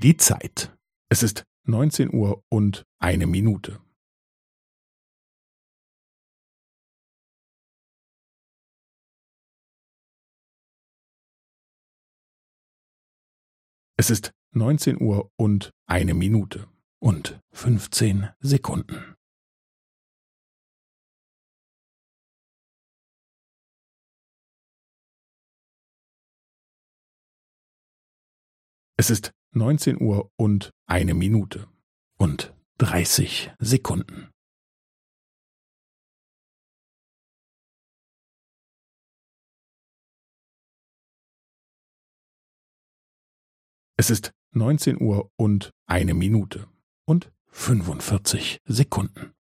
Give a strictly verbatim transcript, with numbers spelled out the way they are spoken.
Die Zeit. Es ist neunzehn Uhr und eine Minute. Es ist neunzehn Uhr und eine Minute und fünfzehn Sekunden. Es ist neunzehn Uhr und eine Minute und dreißig Sekunden. Es ist neunzehn Uhr und eine Minute und fünfundvierzig Sekunden.